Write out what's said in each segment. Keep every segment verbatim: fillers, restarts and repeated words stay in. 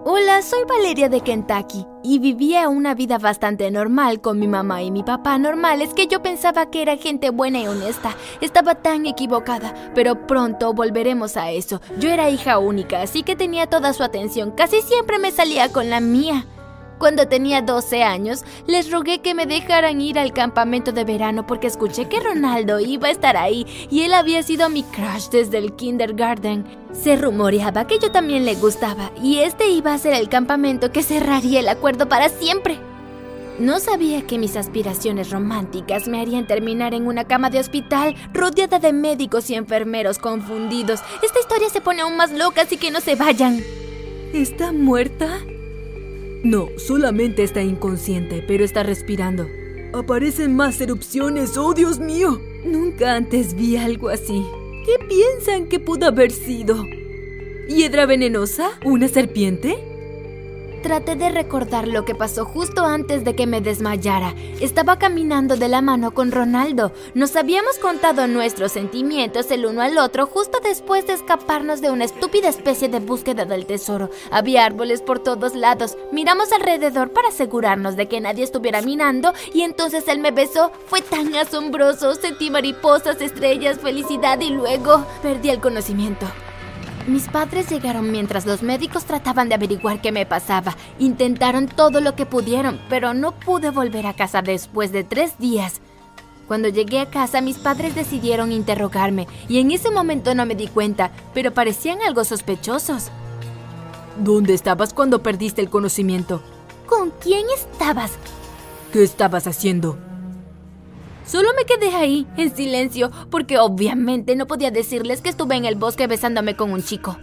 Hola, soy Valeria de Kentucky y vivía una vida bastante normal con mi mamá y mi papá normales que yo pensaba que era gente buena y honesta. Estaba tan equivocada, pero pronto volveremos a eso. Yo era hija única, así que tenía toda su atención. Casi siempre me salía con la mía. Cuando tenía doce años, les rogué que me dejaran ir al campamento de verano porque escuché que Ronaldo iba a estar ahí y él había sido mi crush desde el kindergarten. Se rumoreaba que yo también le gustaba y este iba a ser el campamento que cerraría el acuerdo para siempre. No sabía que mis aspiraciones románticas me harían terminar en una cama de hospital rodeada de médicos y enfermeros confundidos. Esta historia se pone aún más loca, así que no se vayan. ¿Está muerta? No, solamente está inconsciente, pero está respirando. Aparecen más erupciones, ¡oh Dios mío! Nunca antes vi algo así. ¿Qué piensan que pudo haber sido? ¿Hiedra venenosa? ¿Una serpiente? Traté de recordar lo que pasó justo antes de que me desmayara. Estaba caminando de la mano con Ronaldo. Nos habíamos contado nuestros sentimientos el uno al otro justo después de escaparnos de una estúpida especie de búsqueda del tesoro. Había árboles por todos lados. Miramos alrededor para asegurarnos de que nadie estuviera mirando y entonces él me besó. Fue tan asombroso. Sentí mariposas, estrellas, felicidad y luego perdí el conocimiento. Mis padres llegaron mientras los médicos trataban de averiguar qué me pasaba. Intentaron todo lo que pudieron, pero no pude volver a casa después de tres días. Cuando llegué a casa, mis padres decidieron interrogarme, y en ese momento no me di cuenta, pero parecían algo sospechosos. ¿Dónde estabas cuando perdiste el conocimiento? ¿Con quién estabas? ¿Qué estabas haciendo? Solo me quedé ahí, en silencio, porque obviamente no podía decirles que estuve en el bosque besándome con un chico.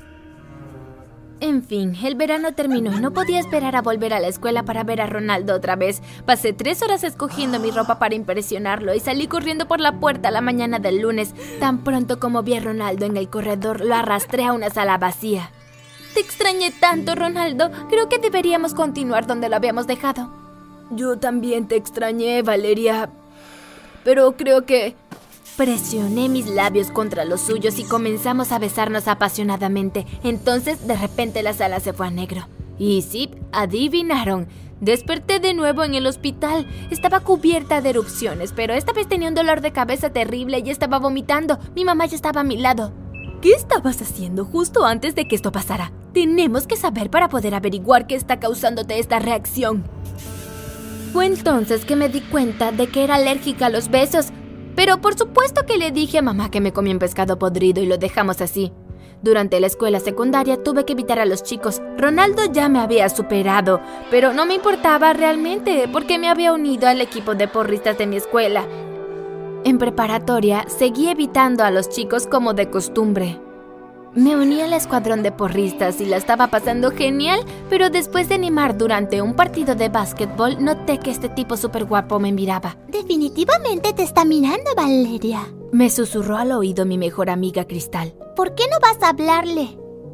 En fin, el verano terminó y no podía esperar a volver a la escuela para ver a Ronaldo otra vez. Pasé tres horas escogiendo mi ropa para impresionarlo y salí corriendo por la puerta la mañana del lunes. Tan pronto como vi a Ronaldo en el corredor, lo arrastré a una sala vacía. Te extrañé tanto, Ronaldo. Creo que deberíamos continuar donde lo habíamos dejado. Yo también te extrañé, Valeria. Pero creo que... Presioné mis labios contra los suyos y comenzamos a besarnos apasionadamente. Entonces, de repente, la sala se fue a negro. Y sí, adivinaron. Desperté de nuevo en el hospital. Estaba cubierta de erupciones, pero esta vez tenía un dolor de cabeza terrible y estaba vomitando. Mi mamá ya estaba a mi lado. ¿Qué estabas haciendo justo antes de que esto pasara? Tenemos que saber para poder averiguar qué está causándote esta reacción. Fue entonces que me di cuenta de que era alérgica a los besos. Pero por supuesto que le dije a mamá que me comí un pescado podrido y lo dejamos así. Durante la escuela secundaria tuve que evitar a los chicos. Ronaldo ya me había superado, pero no me importaba realmente porque me había unido al equipo de porristas de mi escuela. En preparatoria seguí evitando a los chicos como de costumbre. Me uní al escuadrón de porristas y la estaba pasando genial, pero después de animar durante un partido de básquetbol, noté que este tipo súper guapo me miraba. Definitivamente te está mirando, Valeria. Me susurró al oído mi mejor amiga Cristal. ¿Por qué no vas a hablarle?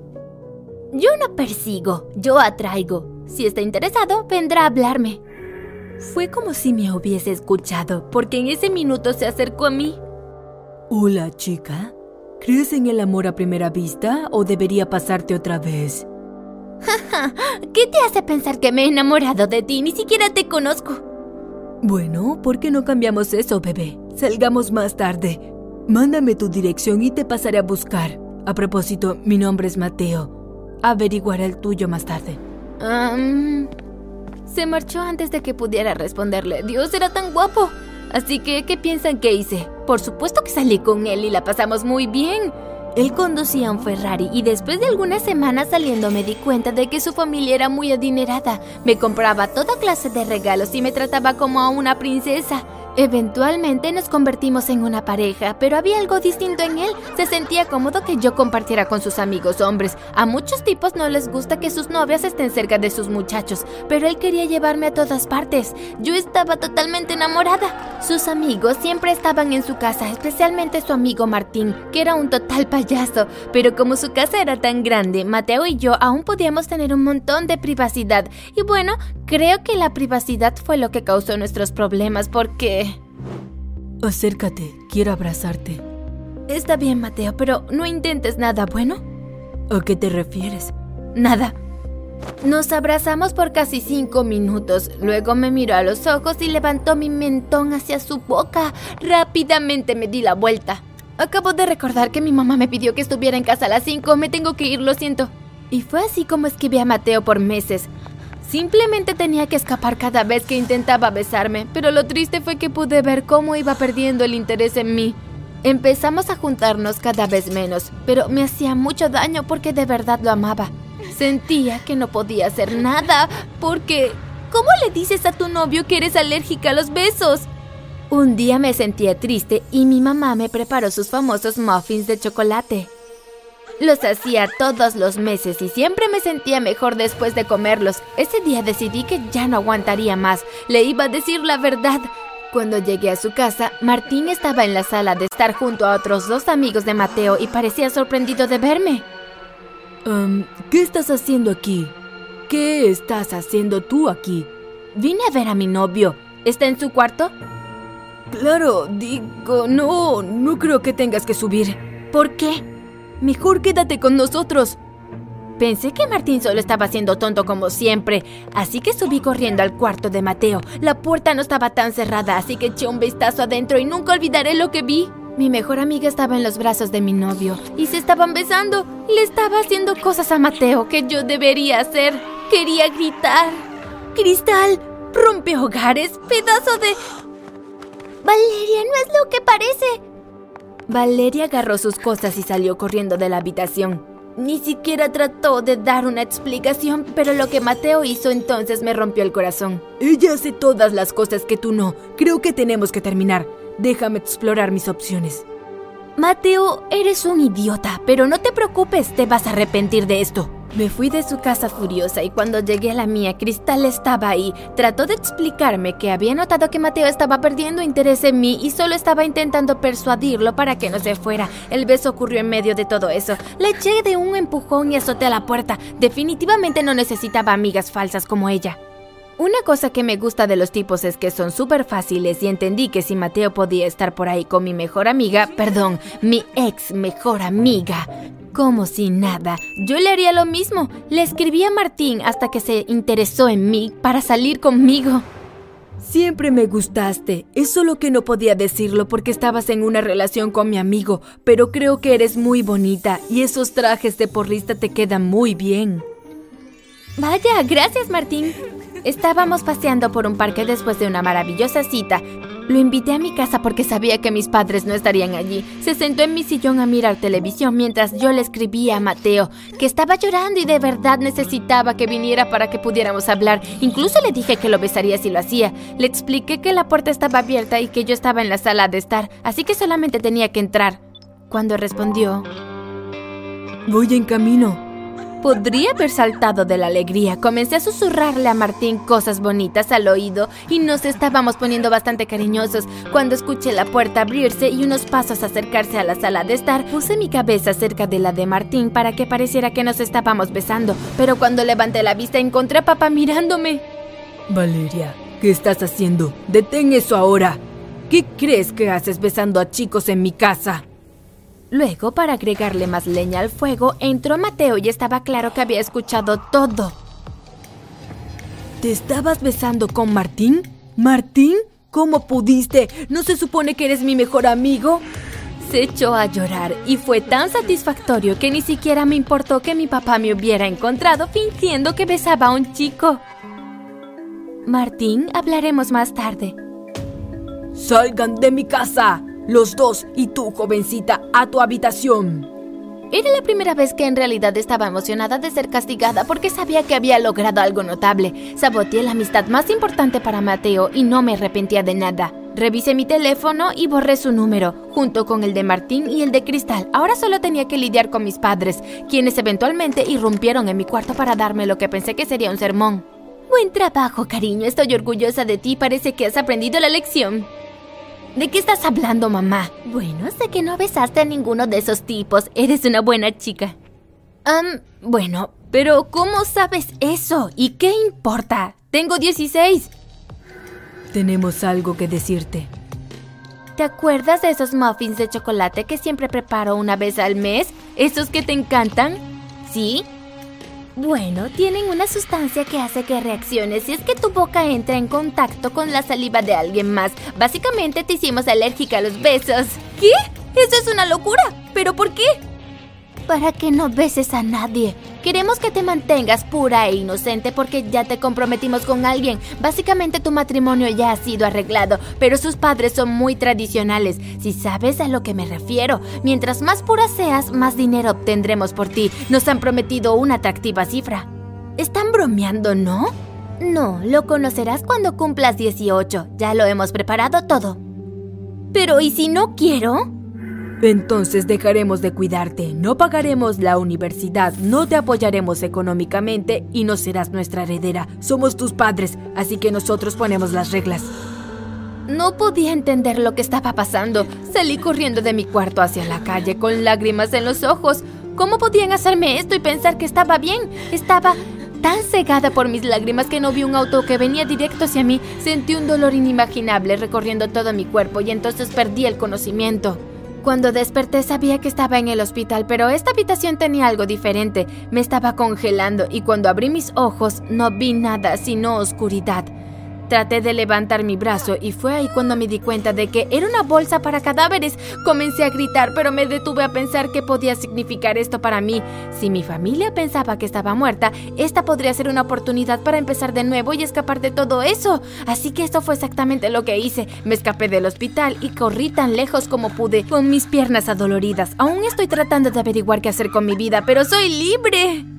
Yo no persigo, yo atraigo. Si está interesado, vendrá a hablarme. Fue como si me hubiese escuchado, porque en ese minuto se acercó a mí. Hola, chica. ¿Crees en el amor a primera vista o debería pasarte otra vez? ¿Qué te hace pensar que me he enamorado de ti? Ni siquiera te conozco. Bueno, ¿por qué no cambiamos eso, bebé? Salgamos más tarde. Mándame tu dirección y te pasaré a buscar. A propósito, mi nombre es Mateo. Averiguaré el tuyo más tarde. Um, se marchó antes de que pudiera responderle. Dios, era tan guapo. Así que, ¿qué piensan que hice? Por supuesto que salí con él y la pasamos muy bien. Él conducía un Ferrari y después de algunas semanas saliendo me di cuenta de que su familia era muy adinerada. Me compraba toda clase de regalos y me trataba como a una princesa. Eventualmente nos convertimos en una pareja, pero había algo distinto en él. Se sentía cómodo que yo compartiera con sus amigos hombres. A muchos tipos no les gusta que sus novias estén cerca de sus muchachos, pero él quería llevarme a todas partes. Yo estaba totalmente enamorada. Sus amigos siempre estaban en su casa, especialmente su amigo Martín, que era un total payaso. Pero como su casa era tan grande, Mateo y yo aún podíamos tener un montón de privacidad. Y bueno, creo que la privacidad fue lo que causó nuestros problemas porque... Acércate, quiero abrazarte. Está bien, Mateo, pero no intentes nada, ¿bueno? ¿A qué te refieres? Nada. Nos abrazamos por casi cinco minutos. Luego me miró a los ojos y levantó mi mentón hacia su boca. Rápidamente me di la vuelta. Acabo de recordar que mi mamá me pidió que estuviera en casa a las cinco. Me tengo que ir, lo siento. Y fue así como esquivé a Mateo por meses. Simplemente tenía que escapar cada vez que intentaba besarme, pero lo triste fue que pude ver cómo iba perdiendo el interés en mí. Empezamos a juntarnos cada vez menos, pero me hacía mucho daño porque de verdad lo amaba. Sentía que no podía hacer nada, porque ¿cómo le dices a tu novio que eres alérgica a los besos? Un día me sentía triste y mi mamá me preparó sus famosos muffins de chocolate. Los hacía todos los meses y siempre me sentía mejor después de comerlos. Ese día decidí que ya no aguantaría más. Le iba a decir la verdad. Cuando llegué a su casa, Martín estaba en la sala de estar junto a otros dos amigos de Mateo y parecía sorprendido de verme. Um, ¿Qué estás haciendo aquí? ¿Qué estás haciendo tú aquí? Vine a ver a mi novio. ¿Está en su cuarto? Claro, digo, no, no creo que tengas que subir. ¿Por qué? Mejor quédate con nosotros. Pensé que Martín solo estaba siendo tonto como siempre, así que subí corriendo al cuarto de Mateo. La puerta no estaba tan cerrada, así que eché un vistazo adentro y nunca olvidaré lo que vi. Mi mejor amiga estaba en los brazos de mi novio y se estaban besando. Le estaba haciendo cosas a Mateo que yo debería hacer. Quería gritar. ¡Cristal! ¡Rompe hogares! ¡Pedazo de...! Valeria, no es lo que parece. Valeria agarró sus cosas y salió corriendo de la habitación. Ni siquiera trató de dar una explicación, pero lo que Mateo hizo entonces me rompió el corazón. Ella hace todas las cosas que tú no. Creo que tenemos que terminar. Déjame explorar mis opciones. Mateo, eres un idiota, pero no te preocupes, te vas a arrepentir de esto. Me fui de su casa furiosa y cuando llegué a la mía, Cristal estaba ahí. Trató de explicarme que había notado que Mateo estaba perdiendo interés en mí y solo estaba intentando persuadirlo para que no se fuera. El beso ocurrió en medio de todo eso. Le eché de un empujón y azoté a la puerta. Definitivamente no necesitaba amigas falsas como ella. Una cosa que me gusta de los tipos es que son súper fáciles y entendí que si Mateo podía estar por ahí con mi mejor amiga, perdón, mi ex mejor amiga, como si nada, yo le haría lo mismo. Le escribí a Martín hasta que se interesó en mí para salir conmigo. Siempre me gustaste, es solo que no podía decirlo porque estabas en una relación con mi amigo, pero creo que eres muy bonita y esos trajes de porrista te quedan muy bien. Vaya, gracias Martín. Estábamos paseando por un parque después de una maravillosa cita. Lo invité a mi casa porque sabía que mis padres no estarían allí. Se sentó en mi sillón a mirar televisión mientras yo le escribía a Mateo, que estaba llorando y de verdad necesitaba que viniera para que pudiéramos hablar. Incluso le dije que lo besaría si lo hacía. Le expliqué que la puerta estaba abierta y que yo estaba en la sala de estar, así que solamente tenía que entrar. Cuando respondió, voy en camino. Podría haber saltado de la alegría. Comencé a susurrarle a Martín cosas bonitas al oído y nos estábamos poniendo bastante cariñosos. Cuando escuché la puerta abrirse y unos pasos acercarse a la sala de estar, puse mi cabeza cerca de la de Martín para que pareciera que nos estábamos besando. Pero cuando levanté la vista encontré a papá mirándome. Valeria, ¿qué estás haciendo? Detén eso ahora. ¿Qué crees que haces besando a chicos en mi casa? Luego, para agregarle más leña al fuego, entró Mateo y estaba claro que había escuchado todo. ¿Te estabas besando con Martín? ¿Martín? ¿Cómo pudiste? ¿No se supone que eres mi mejor amigo? Se echó a llorar y fue tan satisfactorio que ni siquiera me importó que mi papá me hubiera encontrado fingiendo que besaba a un chico. Martín, hablaremos más tarde. ¡Salgan de mi casa! Los dos y tú, jovencita, a tu habitación. Era la primera vez que en realidad estaba emocionada de ser castigada porque sabía que había logrado algo notable. Saboteé la amistad más importante para Mateo y no me arrepentía de nada. Revisé mi teléfono y borré su número, junto con el de Martín y el de Cristal. Ahora solo tenía que lidiar con mis padres, quienes eventualmente irrumpieron en mi cuarto para darme lo que pensé que sería un sermón. Buen trabajo, cariño. Estoy orgullosa de ti. Parece que has aprendido la lección. ¿De qué estás hablando, mamá? Bueno, sé que no besaste a ninguno de esos tipos. Eres una buena chica. Um, bueno, pero ¿cómo sabes eso? ¿Y qué importa? Tengo dieciséis. Tenemos algo que decirte. ¿Te acuerdas de esos muffins de chocolate que siempre preparo una vez al mes? ¿Esos que te encantan? ¿Sí? Bueno, tienen una sustancia que hace que reacciones si es que tu boca entra en contacto con la saliva de alguien más. Básicamente te hicimos alérgica a los besos. ¿Qué? ¡Eso es una locura! ¿Pero por qué? Para que no beses a nadie. Queremos que te mantengas pura e inocente porque ya te comprometimos con alguien. Básicamente tu matrimonio ya ha sido arreglado, pero sus padres son muy tradicionales. Si sabes a lo que me refiero, mientras más pura seas, más dinero obtendremos por ti. Nos han prometido una atractiva cifra. ¿Están bromeando, no? No, lo conocerás cuando cumplas dieciocho. Ya lo hemos preparado todo. Pero ¿y si no quiero? Entonces dejaremos de cuidarte, no pagaremos la universidad, no te apoyaremos económicamente y no serás nuestra heredera. Somos tus padres, así que nosotros ponemos las reglas. No podía entender lo que estaba pasando. Salí corriendo de mi cuarto hacia la calle con lágrimas en los ojos. ¿Cómo podían hacerme esto y pensar que estaba bien? Estaba tan cegada por mis lágrimas que no vi un auto que venía directo hacia mí. Sentí un dolor inimaginable recorriendo todo mi cuerpo y entonces perdí el conocimiento. Cuando desperté sabía que estaba en el hospital, pero esta habitación tenía algo diferente. Me estaba congelando y cuando abrí mis ojos no vi nada sino oscuridad. Traté de levantar mi brazo y fue ahí cuando me di cuenta de que era una bolsa para cadáveres. Comencé a gritar, pero me detuve a pensar qué podía significar esto para mí. Si mi familia pensaba que estaba muerta, esta podría ser una oportunidad para empezar de nuevo y escapar de todo eso. Así que esto fue exactamente lo que hice. Me escapé del hospital y corrí tan lejos como pude, con mis piernas adoloridas. Aún estoy tratando de averiguar qué hacer con mi vida, pero soy libre.